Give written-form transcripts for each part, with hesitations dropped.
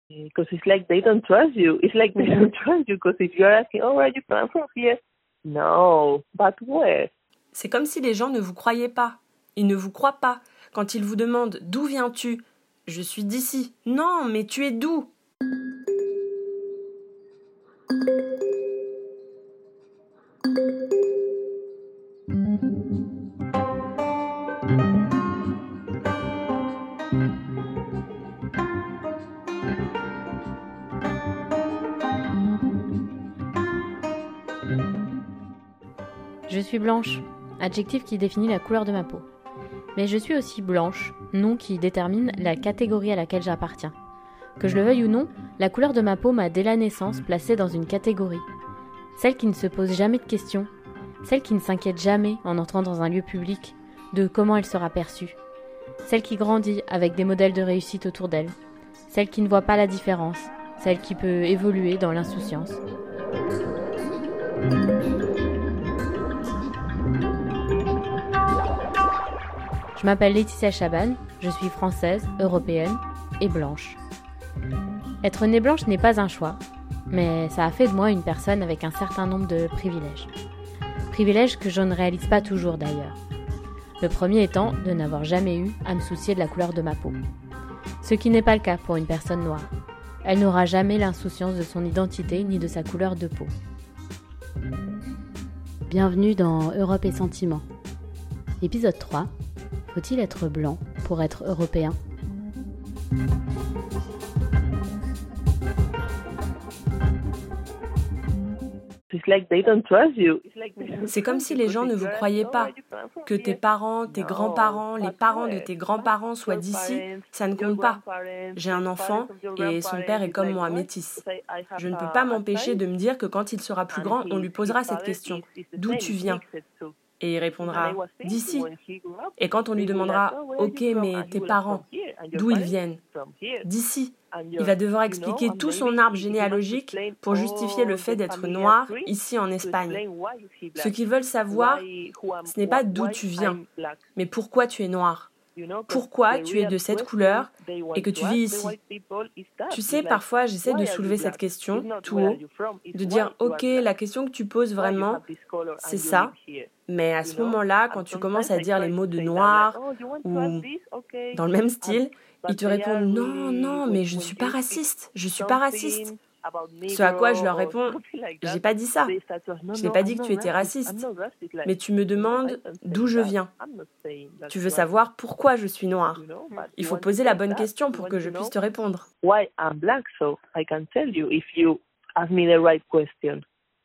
Because it's like they don't trust you. It's like they don't trust you because if you're asking, oh, where are you coming from here? No, but where? C'est comme si les gens ne vous croyaient pas. Ils ne vous croient pas. Quand ils vous demandent « D'où viens-tu » ? « Je suis d'ici. » Non, mais tu es d'où ? Je suis blanche, adjectif qui définit la couleur de ma peau. Mais je suis aussi blanche, nom qui détermine la catégorie à laquelle j'appartiens. Que je le veuille ou non, la couleur de ma peau m'a dès la naissance placée dans une catégorie. Celle qui ne se pose jamais de questions, celle qui ne s'inquiète jamais en entrant dans un lieu public de comment elle sera perçue, celle qui grandit avec des modèles de réussite autour d'elle, celle qui ne voit pas la différence, celle qui peut évoluer dans l'insouciance. Je m'appelle Laetitia Chaban, je suis française, européenne et blanche. Être née blanche n'est pas un choix, mais ça a fait de moi une personne avec un certain nombre de privilèges. Privilèges que je ne réalise pas toujours d'ailleurs. Le premier étant de n'avoir jamais eu à me soucier de la couleur de ma peau. Ce qui n'est pas le cas pour une personne noire. Elle n'aura jamais l'insouciance de son identité ni de sa couleur de peau. Bienvenue dans Europe et Sentiments. Épisode 3. Faut-il être blanc pour être européen ? C'est comme si les gens ne vous croyaient pas. Que tes parents, tes grands-parents, les parents de tes grands-parents soient d'ici, ça ne compte pas. J'ai un enfant et son père est comme moi, métis. Je ne peux pas m'empêcher de me dire que quand il sera plus grand, on lui posera cette question. D'où tu viens ? Et il répondra « d'ici ». Et quand on lui demandera « ok, mais tes parents, d'où ils viennent ?»« D'ici ». Il va devoir expliquer tout son arbre généalogique pour justifier le fait d'être noir ici en Espagne. Ce qu'ils veulent savoir, ce n'est pas d'où tu viens, mais pourquoi tu es noir. Pourquoi tu es de cette couleur et que tu vis ici. Tu sais, parfois, j'essaie de soulever cette question tout haut, de dire « ok, la question que tu poses vraiment, c'est ça ». Mais à ce moment-là, quand tu commences à dire les mots de noir ou dans le même style, ils te répondent « non, non, mais je ne suis pas raciste, je ne suis pas raciste ». Ce à quoi je leur réponds « j'ai pas dit ça, je n'ai pas dit que tu étais raciste, mais tu me demandes d'où je viens. Tu veux savoir pourquoi je suis noire. Il faut poser la bonne question pour que je puisse te répondre. » Why I'm black, so I can tell you if you ask me the right question.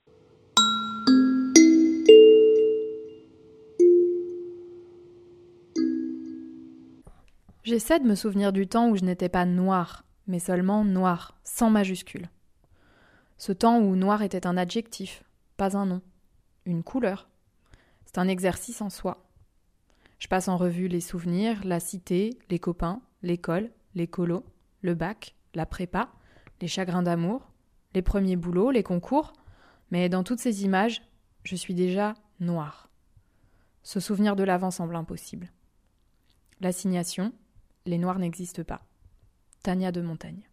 J'essaie de me souvenir du temps où je n'étais pas noire, mais seulement noire, sans majuscule. Ce temps où noir était un adjectif, pas un nom, une couleur. C'est un exercice en soi. Je passe en revue les souvenirs, la cité, les copains, l'école, les colos, le bac, la prépa, les chagrins d'amour, les premiers boulots, les concours, mais dans toutes ces images, je suis déjà noire. Se souvenir de l'avant semble impossible. L'assignation, les noirs n'existent pas. Tania de Montagne.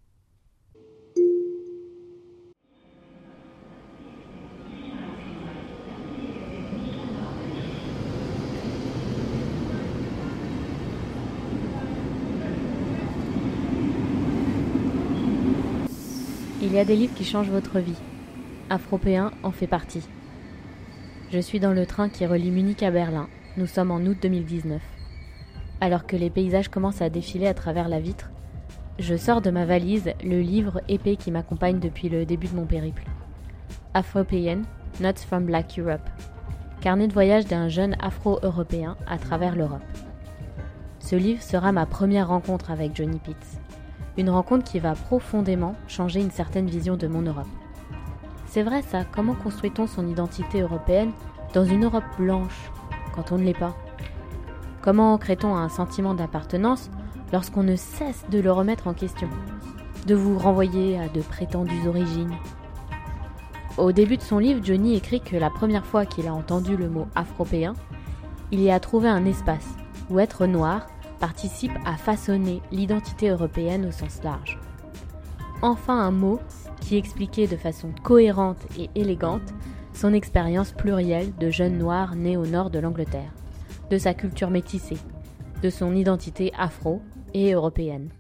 Il y a des livres qui changent votre vie. Afropéen en fait partie. Je suis dans le train qui relie Munich à Berlin. Nous sommes en août 2019. Alors que les paysages commencent à défiler à travers la vitre, je sors de ma valise le livre épais qui m'accompagne depuis le début de mon périple. Afropéenne, Notes from Black Europe. Carnet de voyage d'un jeune afro-européen à travers l'Europe. Ce livre sera ma première rencontre avec Johnny Pitts. Une rencontre qui va profondément changer une certaine vision de mon Europe. C'est vrai ça, comment construit-on son identité européenne dans une Europe blanche quand on ne l'est pas ? Comment crée-t-on un sentiment d'appartenance lorsqu'on ne cesse de le remettre en question, de vous renvoyer à de prétendues origines ? Au début de son livre, Johnny écrit que la première fois qu'il a entendu le mot afropéen, il y a trouvé un espace où être noir participe à façonner l'identité européenne au sens large. enfin un mot qui expliquait de façon cohérente et élégante son expérience plurielle de jeune noir né au nord de l'Angleterre, de sa culture métissée, de son identité afro et européenne.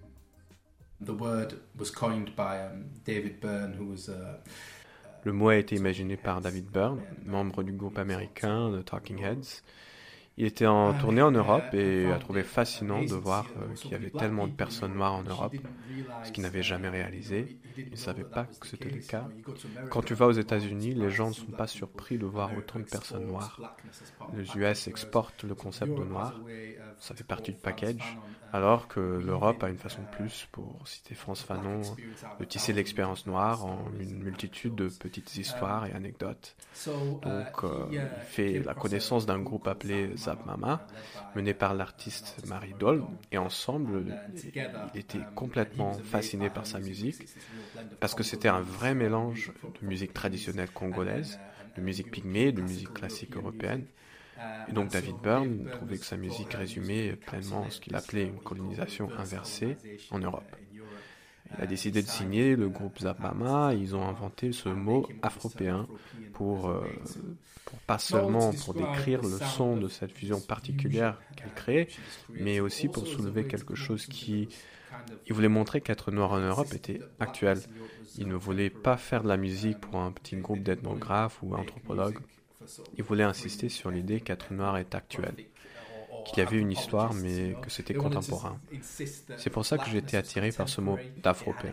Le mot a été imaginé par David Byrne, membre du groupe américain The Talking Heads. Il était en tournée en Europe et a trouvé fascinant de voir qu'il y avait tellement de personnes noires en Europe, ce qu'il n'avait jamais réalisé. Il ne savait pas que c'était le cas. Quand tu vas aux États-Unis, les gens ne sont pas surpris de voir autant de personnes noires. Les US exportent le concept de noir, ça fait partie du package, alors que l'Europe a une façon plus, pour citer France Fanon, de tisser l'expérience noire en une multitude de petites histoires et anecdotes. Donc, il fait la connaissance d'un groupe appelé Zap Mama, mené par l'artiste Marie Dolm, et ensemble, il était complètement fasciné par sa musique, parce que c'était un vrai mélange de musique traditionnelle congolaise, de musique pygmée, de musique classique européenne. Et donc David Byrne trouvait que sa musique résumait pleinement ce qu'il appelait une colonisation inversée en Europe. Il a décidé de signer le groupe Zap Mama, et ils ont inventé ce mot afropéen pour pas seulement pour décrire le son de cette fusion particulière qu'elle crée, mais aussi pour soulever quelque chose qui... Il voulait montrer qu'être noir en Europe était actuel. Il ne voulait pas faire de la musique pour un petit groupe d'ethnographes ou anthropologues. Il voulait insister sur l'idée qu'être noir est actuel, qu'il y avait une histoire mais que c'était contemporain. C'est pour ça que j'ai été attiré par ce mot d'afropéen.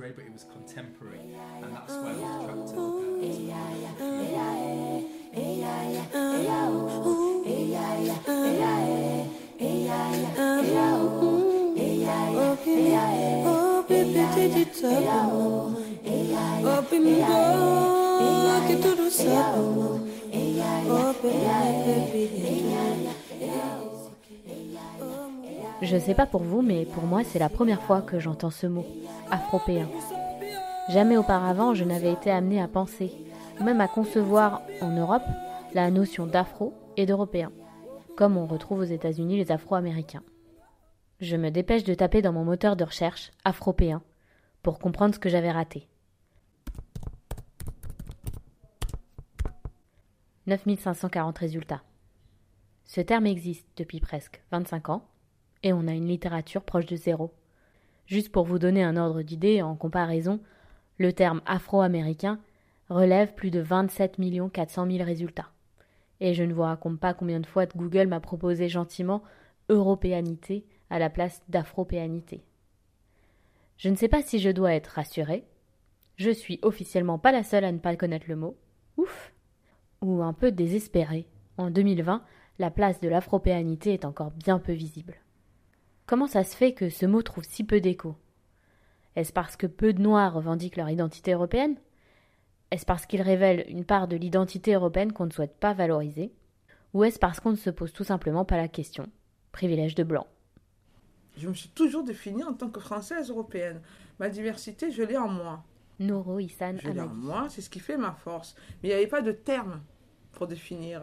Je sais pas pour vous, mais pour moi, c'est la première fois que j'entends ce mot, afropéen. Jamais auparavant, je n'avais été amenée à penser, ou même à concevoir en Europe, la notion d'afro et d'européen, comme on retrouve aux États-Unis les afro-américains. Je me dépêche de taper dans mon moteur de recherche « afropéen » pour comprendre ce que j'avais raté. 9540 résultats. Ce terme existe depuis presque 25 ans et on a une littérature proche de zéro. Juste pour vous donner un ordre d'idée, en comparaison, le terme afro-américain relève plus de 27 400 000 résultats. Et je ne vous raconte pas combien de fois Google m'a proposé gentiment européanité à la place d'afropéanité. Je ne sais pas si je dois être rassurée. Je suis officiellement pas la seule à ne pas connaître le mot. Ouf! Ou un peu désespérée. En 2020, la place de l'afropéanité est encore bien peu visible. Comment ça se fait que ce mot trouve si peu d'écho? Est-ce parce que peu de Noirs revendiquent leur identité européenne? Est-ce parce qu'ils révèlent une part de l'identité européenne qu'on ne souhaite pas valoriser? Ou est-ce parce qu'on ne se pose tout simplement pas la question? Privilège de blanc. Je me suis toujours définie en tant que Française européenne. Ma diversité, je l'ai en moi. Noro Issan Je l'ai en moi, c'est ce qui fait ma force. Mais il n'y avait pas de terme pour définir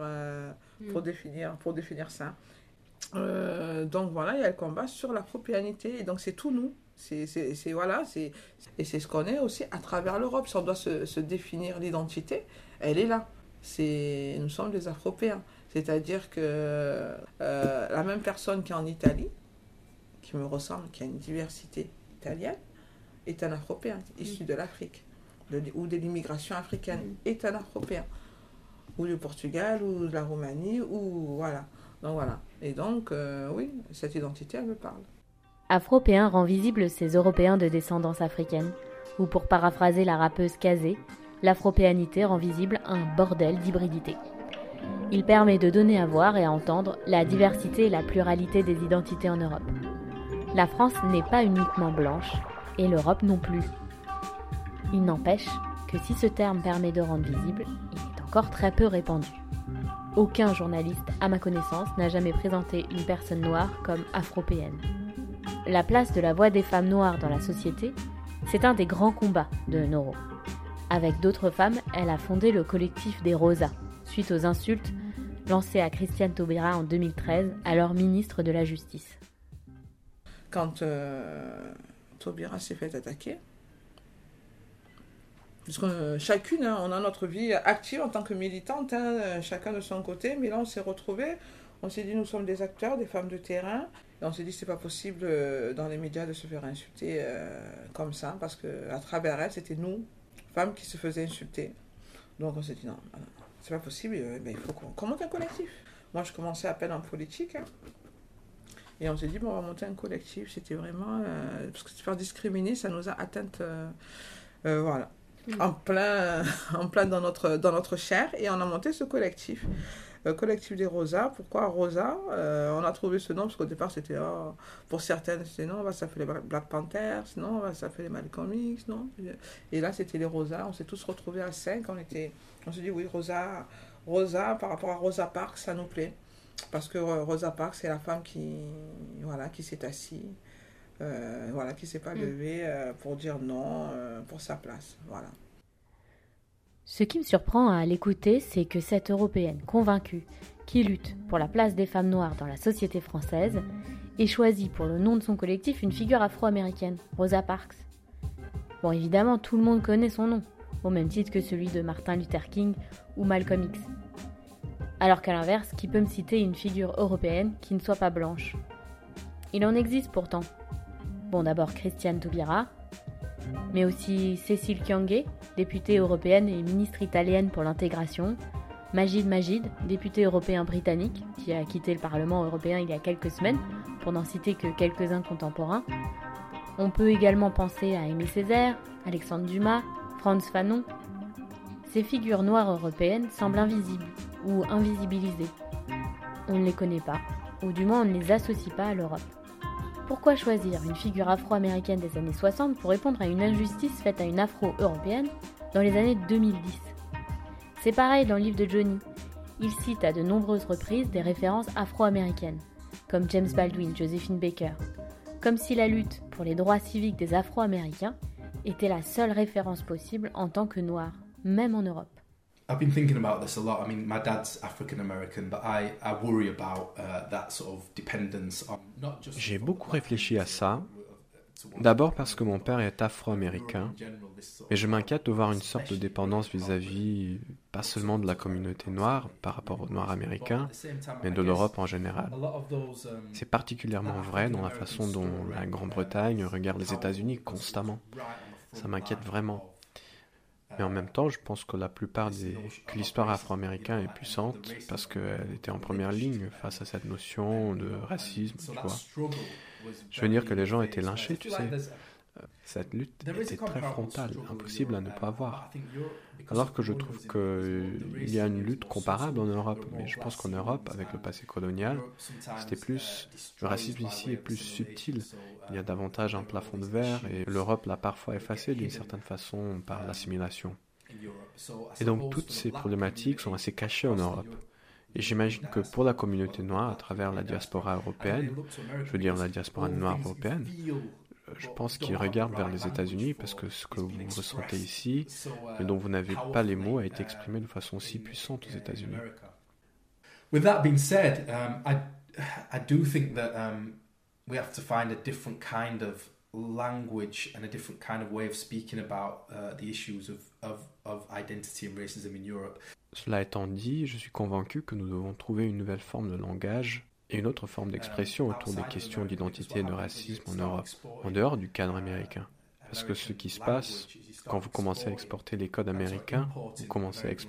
ça. Donc voilà, il y a le combat sur l'afropéanité. Et donc c'est tout nous. Et c'est ce qu'on est aussi à travers l'Europe. Si on doit se définir l'identité, elle est là. Nous sommes des Afropéens. C'est-à-dire que la même personne qui est en Italie, qui me ressemble, qui a une diversité italienne, est un Afropéen, issu de l'Afrique, ou de l'immigration africaine, est un Afropéen. Ou du Portugal, ou de la Roumanie, ou voilà. Donc voilà. Et donc, oui, cette identité, elle me parle. Afropéen rend visible ces Européens de descendance africaine, ou pour paraphraser la rappeuse Kazé, l'afropéanité rend visible un bordel d'hybridité. Il permet de donner à voir et à entendre la diversité et la pluralité des identités en Europe. La France n'est pas uniquement blanche, et l'Europe non plus. Il n'empêche que si ce terme permet de rendre visible, il est encore très peu répandu. Aucun journaliste, à ma connaissance, n'a jamais présenté une personne noire comme afropéenne. La place de la voix des femmes noires dans la société, c'est un des grands combats de Noro. Avec d'autres femmes, elle a fondé le collectif des Rosas, suite aux insultes lancées à Christiane Taubira en 2013, alors ministre de la Justice. Quand Taubira s'est fait attaquer, Puisque chacune, on a notre vie active en tant que militante, chacun de son côté, mais là on s'est retrouvés, on s'est dit nous sommes des acteurs, des femmes de terrain, et on s'est dit c'est pas possible dans les médias de se faire insulter comme ça, parce qu'à travers elles, c'était nous, femmes, qui se faisaient insulter. Donc on s'est dit non, c'est pas possible, il faut qu'on monte un collectif. Moi je commençais à peine en politique, et on s'est dit bon, on va monter un collectif, c'était vraiment, parce que se faire discriminer, ça nous a atteintes, voilà. En plein dans notre chair, et on a monté ce collectif, collectif des Rosas. Pourquoi Rosa? On a trouvé ce nom parce qu'au départ c'était pour certaines c'était non, on va s'appeler Black Panther, sinon on va s'appeler Malcolm X, non, et là c'était les Rosas. On s'est tous retrouvés à 5, on s'est dit oui, Rosa par rapport à Rosa Parks, ça nous plaît, parce que Rosa Parks c'est la femme qui s'est assise, qui s'est pas levée pour dire non pour sa place, voilà. Ce qui me surprend à l'écouter, c'est que cette Européenne convaincue, qui lutte pour la place des femmes noires dans la société française, ait choisi pour le nom de son collectif une figure afro-américaine, Rosa Parks. Bon, évidemment, tout le monde connaît son nom, au même titre que celui de Martin Luther King ou Malcolm X. Alors qu'à l'inverse, qui peut me citer une figure européenne qui ne soit pas blanche? Il en existe pourtant. Bon, d'abord Christiane Taubira, mais aussi Cécile Kyenge, députée européenne et ministre italienne pour l'intégration, Majid Majid, député européen britannique, qui a quitté le Parlement européen il y a quelques semaines, pour n'en citer que quelques-uns contemporains. On peut également penser à Aimé Césaire, Alexandre Dumas, Frantz Fanon. Ces figures noires européennes semblent invisibles ou invisibilisées. On ne les connaît pas, ou du moins on ne les associe pas à l'Europe. Pourquoi choisir une figure afro-américaine des années 60 pour répondre à une injustice faite à une afro-européenne dans les années 2010 ? C'est pareil dans le livre de Johnny. Il cite à de nombreuses reprises des références afro-américaines, comme James Baldwin, Josephine Baker, comme si la lutte pour les droits civiques des Afro-Américains était la seule référence possible en tant que noir, même en Europe. I've been thinking about this a lot. I mean, my dad's African American, but I worry about that sort of dependence on not just. J'ai beaucoup réfléchi à ça. D'abord parce que mon père est afro-américain, et je m'inquiète de voir une sorte de dépendance vis-à-vis pas seulement de la communauté noire par rapport aux noirs américains, mais de l'Europe en général. C'est particulièrement vrai dans la façon dont la Grande-Bretagne regarde les États-Unis constamment. Ça m'inquiète vraiment. Mais en même temps, je pense que que l'histoire afro-américaine est puissante parce qu'elle était en première ligne face à cette notion de racisme, tu vois. Je veux dire que les gens étaient lynchés, tu sais. Cette lutte était très frontale, impossible à ne pas voir. Alors que je trouve qu'il y a une lutte comparable en Europe, mais je pense qu'en Europe, avec le passé colonial, le racisme ici est plus subtil. Il y a davantage un plafond de verre et l'Europe l'a parfois effacé d'une certaine façon par l'assimilation. Et donc toutes ces problématiques sont assez cachées en Europe. Et j'imagine que pour la communauté noire, à travers la diaspora européenne, je veux dire la diaspora noire européenne, je pense qu'ils regardent vers les États-Unis parce que ce que vous ressentez ici, mais dont vous n'avez pas les mots, a été exprimé de façon si puissante aux États-Unis. With that being said, I do think that we have to find a different kind of language and a different kind of way of speaking about the issues of identity and racism in Europe. Cela étant dit, je suis convaincu que nous devons trouver une nouvelle forme de langage et une autre forme d'expression autour des questions d'identité et de racisme en Europe, en dehors du cadre américain. Parce que ce qui se passe, quand vous commencez à exporter les codes américains, vous commencez à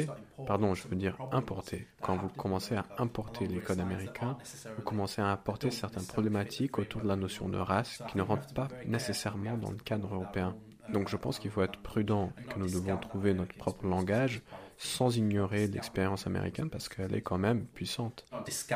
importer. Quand vous commencez à importer les codes américains, vous commencez à importer certaines problématiques autour de la notion de race qui ne rentrent pas nécessairement dans le cadre européen. Donc je pense qu'il faut être prudent et que nous devons trouver notre propre langage sans ignorer l'expérience américaine parce qu'elle est quand même puissante.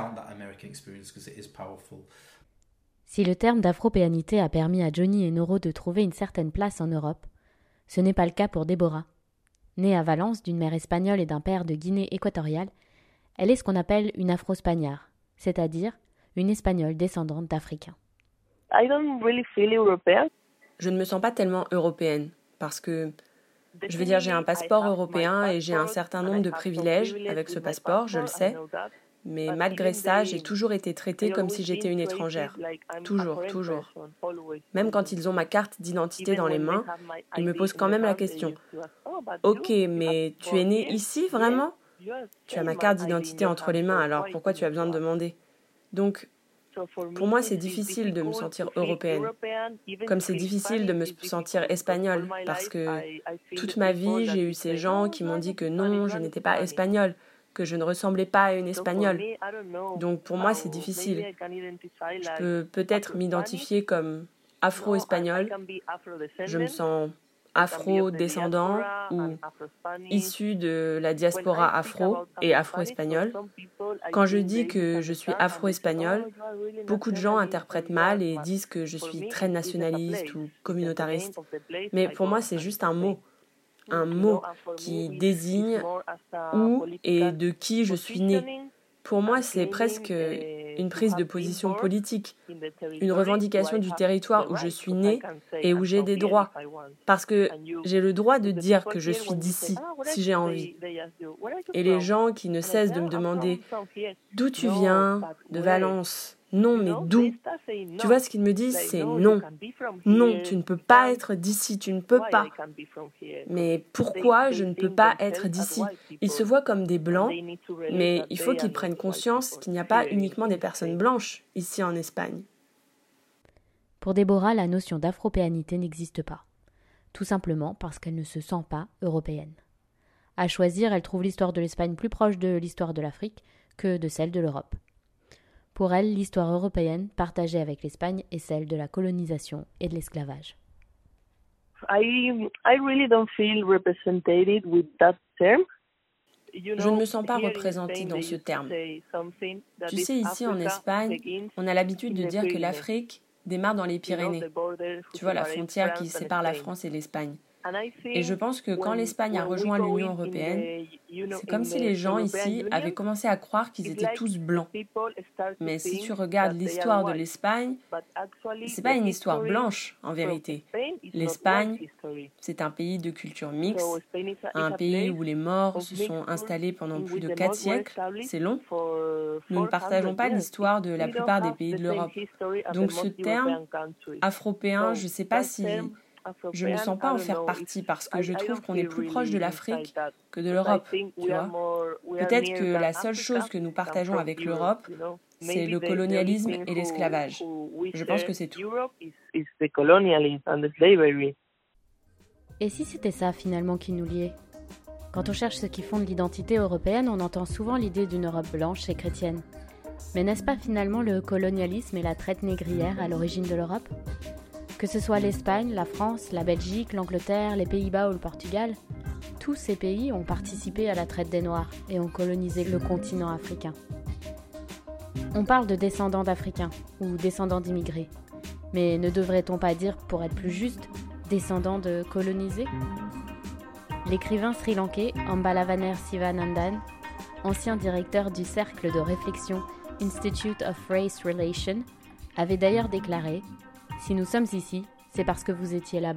Si le terme d'afropéanité a permis à Johnny et Noro de trouver une certaine place en Europe, ce n'est pas le cas pour Déborah. Née à Valence d'une mère espagnole et d'un père de Guinée équatoriale, elle est ce qu'on appelle une afro-spagnard, c'est-à-dire une espagnole descendante d'Africains. I don't really feel European. Je ne me sens pas tellement européenne parce que, je veux dire, j'ai un passeport européen et j'ai un certain nombre de privilèges avec ce passeport, je le sais, Mais malgré ça, j'ai toujours été traitée comme si j'étais une étrangère. Toujours, toujours. Même quand ils ont ma carte d'identité dans les mains, ils me posent quand même la question. Ok, mais tu es née ici, vraiment ? Tu as ma carte d'identité entre les mains, alors pourquoi tu as besoin de demander ? Donc, pour moi, c'est difficile de me sentir européenne, comme c'est difficile de me sentir espagnole, parce que toute ma vie, j'ai eu ces gens qui m'ont dit que non, je n'étais pas espagnole, que je ne ressemblais pas à une espagnole. Donc pour moi, c'est difficile. Je peux peut-être m'identifier comme afro-espagnole, je me sens afro-descendant ou issu de la diaspora afro et afro-espagnole. Quand je dis que je suis afro-espagnole, beaucoup de gens interprètent mal et disent que je suis très nationaliste ou communautariste. Mais pour moi, c'est juste un mot qui désigne où et de qui je suis née. Pour moi, c'est presque une prise de position politique, une revendication du territoire où je suis née et où j'ai des droits. Parce que j'ai le droit de dire que je suis d'ici, si j'ai envie. Et les gens qui ne cessent de me demander « D'où tu viens ? De Valence ?» Non, mais d'où ? Tu vois, ce qu'ils me disent, c'est non. Non, tu ne peux pas être d'ici, tu ne peux pas. Mais pourquoi je ne peux pas être d'ici ? Ils se voient comme des blancs, mais il faut qu'ils prennent conscience qu'il n'y a pas uniquement des personnes blanches ici en Espagne. Pour Déborah, la notion d'afropéanité n'existe pas. Tout simplement parce qu'elle ne se sent pas européenne. À choisir, elle trouve l'histoire de l'Espagne plus proche de l'histoire de l'Afrique que de celle de l'Europe. Pour elle, l'histoire européenne, partagée avec l'Espagne, est celle de la colonisation et de l'esclavage. I really don't feel represented with that term. Je ne me sens pas représentée dans ce terme. Tu sais, ici en Espagne, on a l'habitude de dire que l'Afrique démarre dans les Pyrénées. Tu vois, la frontière qui sépare la France et l'Espagne. Et je pense que quand l'Espagne a rejoint l'Union européenne, c'est comme si les gens ici avaient commencé à croire qu'ils étaient tous blancs. Mais si tu regardes l'histoire de l'Espagne, c'est pas une histoire blanche en vérité. L'Espagne, c'est un pays de culture mixte, un pays où les Maures se sont installés pendant plus de 4 siècles, c'est long. Nous ne partageons pas l'histoire de la plupart des pays de l'Europe. Donc ce terme afropéen, je ne sais pas si je ne me sens pas en faire partie parce que je trouve qu'on est plus proche de l'Afrique que de l'Europe, tu vois. Peut-être que la seule chose que nous partageons avec l'Europe, c'est le colonialisme et l'esclavage. Je pense que c'est tout. Et si c'était ça finalement qui nous liait ? Quand on cherche ce qui fonde l'identité européenne, on entend souvent l'idée d'une Europe blanche et chrétienne. Mais n'est-ce pas finalement le colonialisme et la traite négrière à l'origine de l'Europe ? Que ce soit l'Espagne, la France, la Belgique, l'Angleterre, les Pays-Bas ou le Portugal, tous ces pays ont participé à la traite des Noirs et ont colonisé le continent africain. On parle de descendants d'Africains ou descendants d'immigrés, mais ne devrait-on pas dire, pour être plus juste, descendants de colonisés ? L'écrivain sri-lankais Ambalavaner Sivanandan, ancien directeur du cercle de réflexion Institute of Race Relations, avait d'ailleurs déclaré « Si nous sommes ici, c'est parce que vous étiez là-bas ».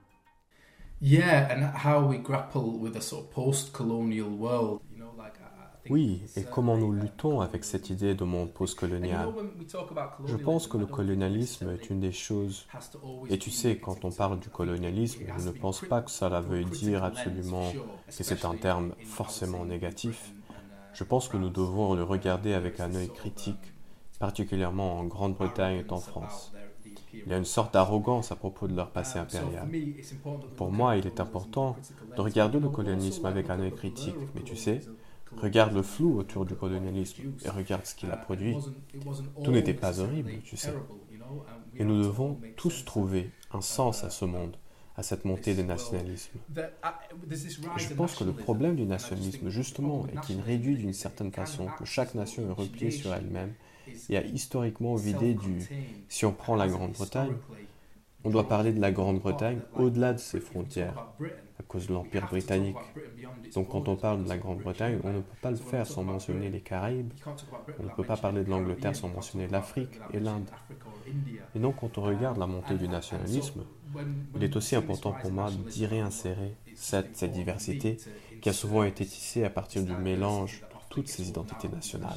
Oui, et comment nous luttons avec cette idée de monde postcolonial. Je pense que le colonialisme est une des choses, et tu sais, quand on parle du colonialisme, je ne pense pas que cela veut dire absolument que c'est un terme forcément négatif. Je pense que nous devons le regarder avec un œil critique, particulièrement en Grande-Bretagne et en France. Il y a une sorte d'arrogance à propos de leur passé impérial. Pour moi, il est important de regarder le colonialisme avec un œil critique, mais tu sais, regarde le flou autour du colonialisme et regarde ce qu'il a produit. Tout n'était pas horrible, tu sais. Et nous devons tous trouver un sens à ce monde, à cette montée des nationalismes. Je pense que le problème du nationalisme, justement, est qu'il réduit d'une certaine façon que chaque nation est repliée sur elle-même et a historiquement vidé du... Si on prend la Grande-Bretagne, on doit parler de la Grande-Bretagne au-delà de ses frontières, à cause de l'Empire britannique. Donc quand on parle de la Grande-Bretagne, on ne peut pas le faire sans mentionner les Caraïbes, on ne peut pas parler de l'Angleterre sans mentionner l'Afrique et l'Inde. Et donc quand on regarde la montée du nationalisme, il est aussi important pour moi d'y réinsérer cette diversité qui a souvent été tissée à partir du mélange toutes ces identités nationales.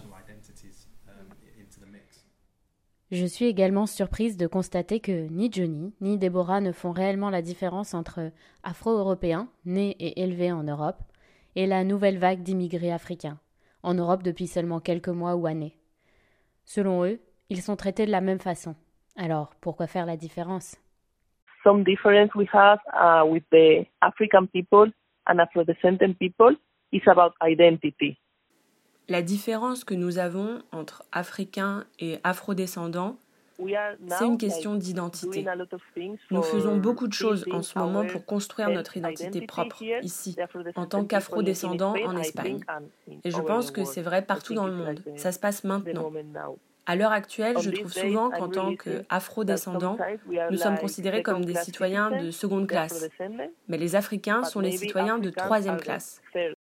Je suis également surprise de constater que ni Johnny ni Déborah ne font réellement la différence entre Afro-Européens, nés et élevés en Europe, et la nouvelle vague d'immigrés africains, en Europe depuis seulement quelques mois ou années. Selon eux, ils sont traités de la même façon. Alors, pourquoi faire la différence? Some difference we have with the African people and Afro-descendant people is about identity. La différence que nous avons entre Africains et Afrodescendants, c'est une question d'identité. Nous faisons beaucoup de choses en ce moment pour construire notre identité propre, ici, en tant qu'Afrodescendants en Espagne. Et je pense que c'est vrai partout dans le monde. Ça se passe maintenant. À l'heure actuelle, je trouve souvent qu'en tant qu'Afrodescendants, nous sommes considérés comme des citoyens de seconde classe. Mais les Africains sont les citoyens de troisième classe.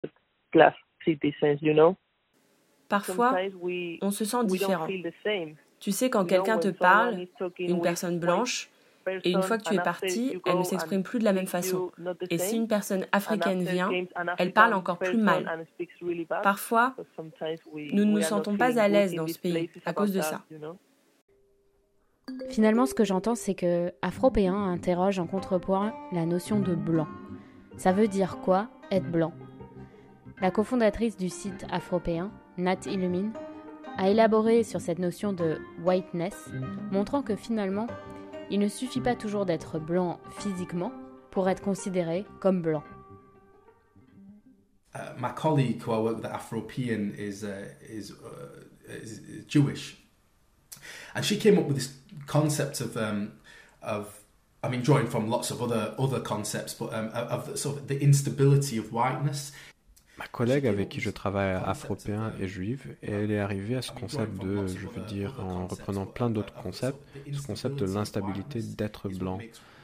Parfois, on se sent différent. Tu sais, quand quelqu'un te parle, une personne blanche, et une fois que tu es parti, elle ne s'exprime plus de la même façon. Et si une personne africaine vient, elle parle encore plus mal. Parfois, nous ne nous sentons pas à l'aise dans ce pays à cause de ça. Finalement, ce que j'entends, c'est que Afropéen interroge en contrepoint la notion de blanc. Ça veut dire quoi, être blanc? La cofondatrice du site Afropéen, Nat Illumine, a élaboré sur cette notion de whiteness, montrant que finalement, il ne suffit pas toujours d'être blanc physiquement pour être considéré comme blanc. My colleague who I work with at Afropean is Jewish, and she came up with this concept of I mean, drawing from lots of other concepts, but of sort of the instability of whiteness. Ma collègue avec qui je travaille afropéen et juive, et elle est arrivée à ce concept de, je veux dire, en reprenant plein d'autres concepts, ce concept de l'instabilité d'être blanc.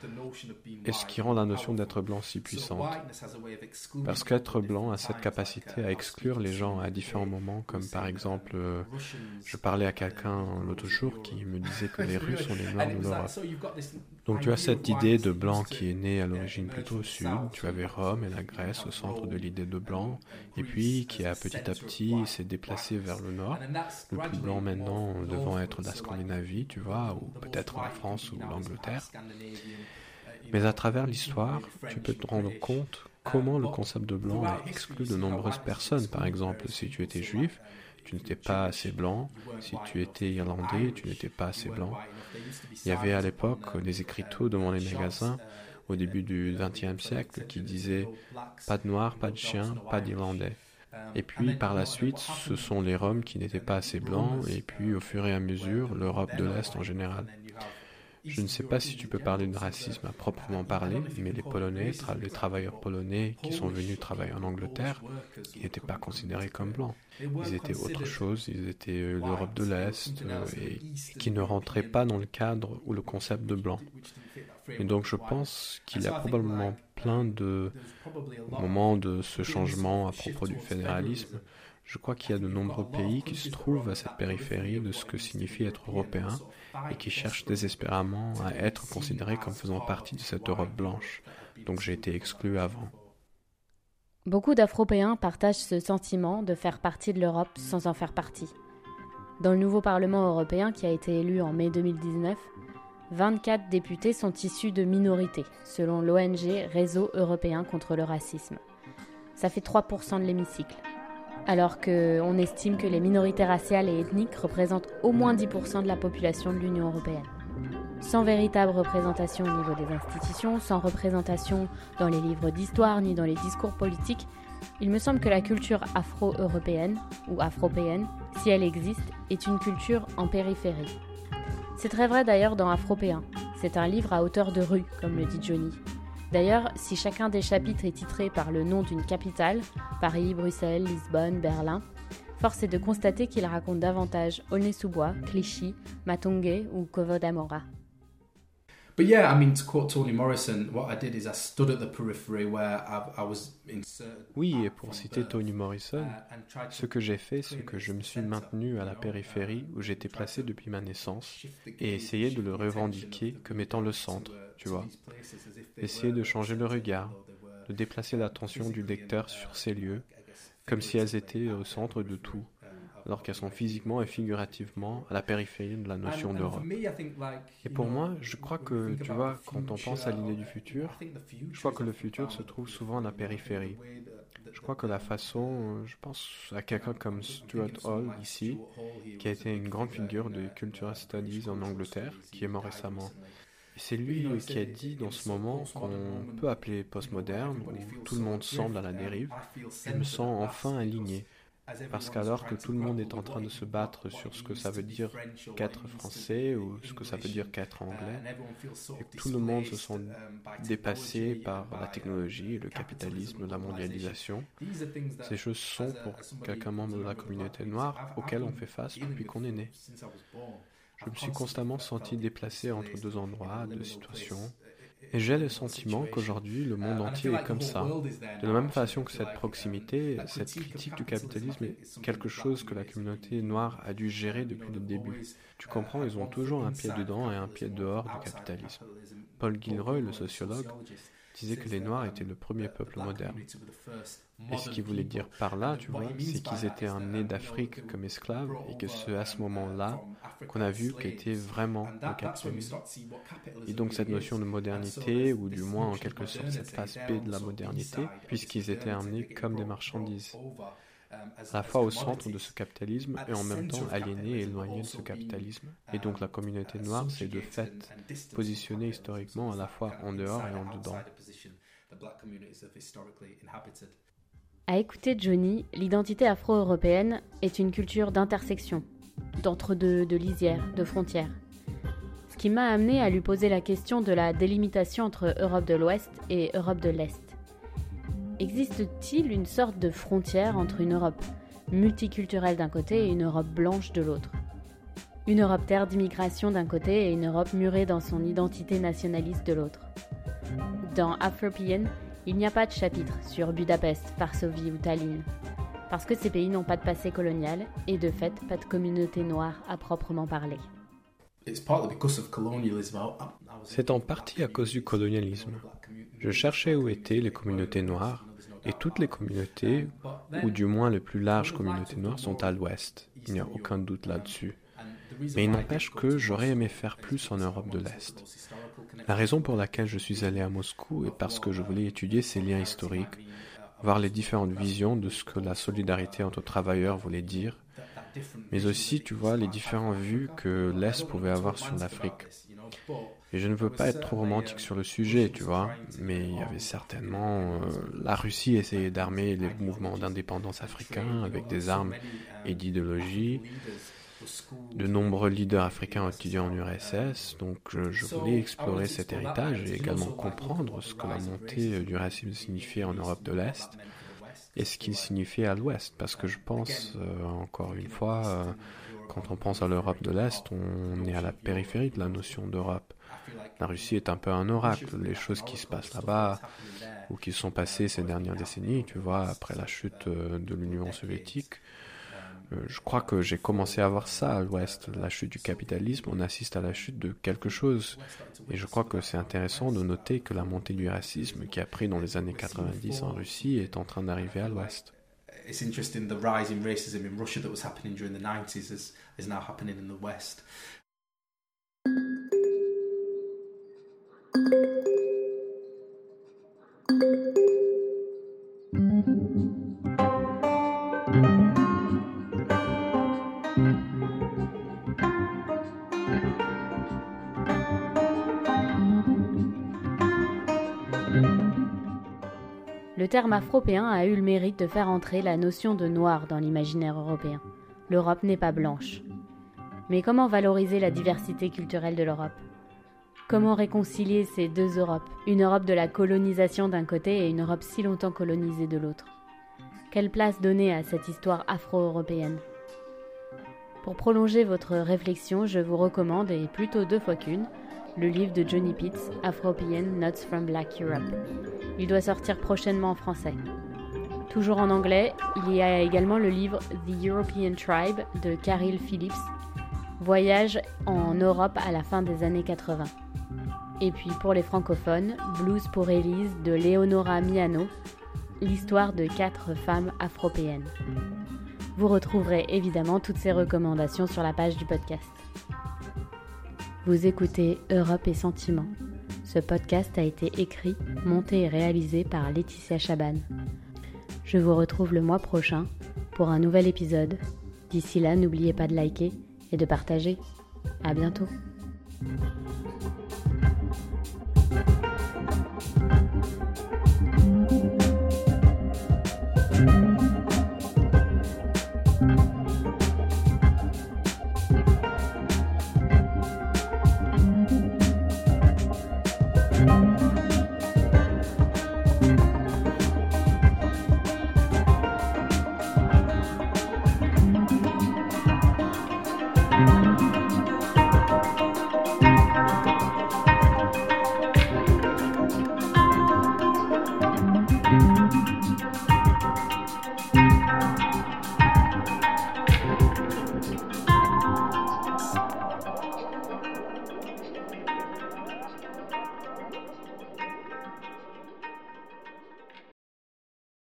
Et ce qui rend la notion d'être blanc si puissante. Parce qu'être blanc a cette capacité à exclure les gens à différents moments, comme par exemple, je parlais à quelqu'un l'autre jour qui me disait que les Russes sont les Noirs de l'Europe. Donc tu as cette idée de blanc qui est née à l'origine plutôt au sud, tu avais Rome et la Grèce au centre de l'idée de blanc, et puis qui a petit à petit s'est déplacé vers le nord, le plus blanc maintenant devant être la Scandinavie, tu vois, ou peut-être la France ou l'Angleterre. Mais à travers l'histoire, tu peux te rendre compte comment le concept de blanc a exclu de nombreuses personnes. Par exemple, si tu étais juif, tu n'étais pas assez blanc. Si tu étais irlandais, tu n'étais pas assez blanc. Il y avait à l'époque des écriteaux devant les magasins, au début du XXe siècle, qui disaient « pas de noirs, pas de chiens, pas d'irlandais ». Et puis, par la suite, ce sont les Roms qui n'étaient pas assez blancs, et puis, au fur et à mesure, l'Europe de l'Est en général. Je ne sais pas si tu peux parler de racisme à proprement parler, mais les Polonais, les travailleurs polonais qui sont venus travailler en Angleterre, ils n'étaient pas considérés comme blancs. Ils étaient autre chose, ils étaient l'Europe de l'Est, et qui ne rentraient pas dans le cadre ou le concept de blanc. Et donc je pense qu'il y a probablement plein de moments de ce changement à propos du fédéralisme. Je crois qu'il y a de nombreux pays qui se trouvent à cette périphérie de ce que signifie être européen et qui cherchent désespérément à être considérés comme faisant partie de cette Europe blanche. Donc j'ai été exclu avant. Beaucoup d'Afropéens partagent ce sentiment de faire partie de l'Europe sans en faire partie. Dans le nouveau Parlement européen qui a été élu en mai 2019, 24 députés sont issus de minorités, selon l'ONG Réseau européen contre le racisme. Ça fait 3% de l'hémicycle. Alors qu'on estime que les minorités raciales et ethniques représentent au moins 10% de la population de l'Union européenne. Sans véritable représentation au niveau des institutions, sans représentation dans les livres d'histoire ni dans les discours politiques, il me semble que la culture afro-européenne, ou afropéenne, si elle existe, est une culture en périphérie. C'est très vrai d'ailleurs dans Afropéen. C'est un livre à hauteur de rue, comme le dit Johnny. D'ailleurs, si chacun des chapitres est titré par le nom d'une capitale, Paris, Bruxelles, Lisbonne, Berlin, force est de constater qu'il raconte davantage Aulnay-sous-Bois, Clichy, Matongué ou Covo d'Amora. But yeah, I mean, to quote Toni Morrison, what I did is I stood at the periphery where I was inserted. Oui, et pour citer Toni Morrison, ce que j'ai fait, c'est que je me suis maintenu à la périphérie où j'étais placé depuis ma naissance et essayé de le revendiquer comme étant le centre, tu vois. Essayer de changer le regard, de déplacer l'attention du lecteur sur ces lieux, comme si elles étaient au centre de tout, alors qu'elles sont physiquement et figurativement à la périphérie de la notion d'Europe. Et pour moi, je crois que, tu vois, quand on pense à l'idée du futur, je crois que le futur se trouve souvent à la périphérie. Je crois que la façon, je pense à quelqu'un comme Stuart Hall ici, qui a été une grande figure de Cultural Studies en Angleterre, qui est mort récemment. Et c'est lui qui a dit dans ce moment qu'on peut appeler postmoderne, où tout le monde semble à la dérive. Je me sens enfin aligné. Parce qu'alors que tout le monde est en train de se battre sur ce que ça veut dire qu'être français ou ce que ça veut dire qu'être anglais, et que tout le monde se sent dépassé par la technologie, le capitalisme, la mondialisation, ces choses sont pour quelqu'un membre de la communauté noire auquel on fait face depuis qu'on est né. Je me suis constamment senti déplacé entre deux endroits, deux situations. Et j'ai le sentiment qu'aujourd'hui, le monde entier est comme ça. De la même façon que cette proximité, cette critique du capitalisme est quelque chose que la communauté noire a dû gérer depuis le début. Tu comprends, ils ont toujours un pied dedans et un pied dehors du capitalisme. Paul Gilroy, le sociologue, disait que les Noirs étaient le premier peuple moderne. Et ce qu'il voulait dire par là, tu vois, c'est qu'ils étaient amenés d'Afrique comme esclaves et que c'est à ce moment-là qu'on a vu qu'était vraiment le capitalisme. Et donc cette notion de modernité, ou du moins en quelque sorte cette phase B de la modernité, puisqu'ils étaient amenés comme des marchandises, à la fois au centre de ce capitalisme et en même temps aliénés et éloignés de ce capitalisme. Et donc la communauté noire s'est de fait positionnée historiquement à la fois en dehors et en dedans. À écouter Johnny, l'identité afro-européenne est une culture d'intersection, d'entre-deux, de lisières, de frontières. Ce qui m'a amené à lui poser la question de la délimitation entre Europe de l'Ouest et Europe de l'Est. Existe-t-il une sorte de frontière entre une Europe multiculturelle d'un côté et une Europe blanche de l'autre ? Une Europe terre d'immigration d'un côté et une Europe murée dans son identité nationaliste de l'autre. Dans Afropean, il n'y a pas de chapitre sur Budapest, Varsovie ou Tallinn, parce que ces pays n'ont pas de passé colonial et de fait pas de communauté noire à proprement parler. C'est en partie à cause du colonialisme. Je cherchais où étaient les communautés noires, et toutes les communautés, ou du moins les plus larges communautés noires, sont à l'ouest. Il n'y a aucun doute là-dessus. Mais il n'empêche que j'aurais aimé faire plus en Europe de l'Est. La raison pour laquelle je suis allé à Moscou est parce que je voulais étudier ces liens historiques, voir les différentes visions de ce que la solidarité entre travailleurs voulait dire, mais aussi, tu vois, les différentes vues que l'Est pouvait avoir sur l'Afrique. Et je ne veux pas être trop romantique sur le sujet, tu vois, mais il y avait certainement... la Russie essayait d'armer les mouvements d'indépendance africains avec des armes et d'idéologies. De nombreux leaders africains ont étudié en URSS, donc je voulais explorer cet héritage et également comprendre ce que la montée du racisme signifiait en Europe de l'Est et ce qu'il signifiait à l'Ouest, parce que je pense, encore une fois, quand on pense à l'Europe de l'Est, on est à la périphérie de la notion d'Europe. La Russie est un peu un oracle, les choses qui se passent là-bas ou qui sont passées ces dernières décennies, tu vois, après la chute de l'Union soviétique. Je crois que j'ai commencé à voir ça à l'Ouest, la chute du capitalisme, on assiste à la chute de quelque chose. Et je crois que c'est intéressant de noter que la montée du racisme qui a pris dans les années 90 en Russie est en train d'arriver à l'Ouest. It's interesting the rise in racism in Russia that was happening during the 90s is now happening in the West. Le terme afropéen a eu le mérite de faire entrer la notion de noir dans l'imaginaire européen. L'Europe n'est pas blanche. Mais comment valoriser la diversité culturelle de l'Europe ? Comment réconcilier ces deux Europes, une Europe de la colonisation d'un côté et une Europe si longtemps colonisée de l'autre ? Quelle place donner à cette histoire afro-européenne ? Pour prolonger votre réflexion, je vous recommande, et plutôt 2 fois qu'une, le livre de Johnny Pitts, Afropean Notes from Black Europe. Il doit sortir prochainement en français. Toujours en anglais, il y a également le livre The European Tribe de Caril Phillips, Voyage en Europe à la fin des années 80. Et puis pour les francophones, Blues pour Élise de Leonora Miano, l'histoire de 4 femmes afropéennes. Vous retrouverez évidemment toutes ces recommandations sur la page du podcast. Vous écoutez Europe et Sentiments. Ce podcast a été écrit, monté et réalisé par Laetitia Chaban. Je vous retrouve le mois prochain pour un nouvel épisode. D'ici là, n'oubliez pas de liker et de partager. À bientôt. Thank you.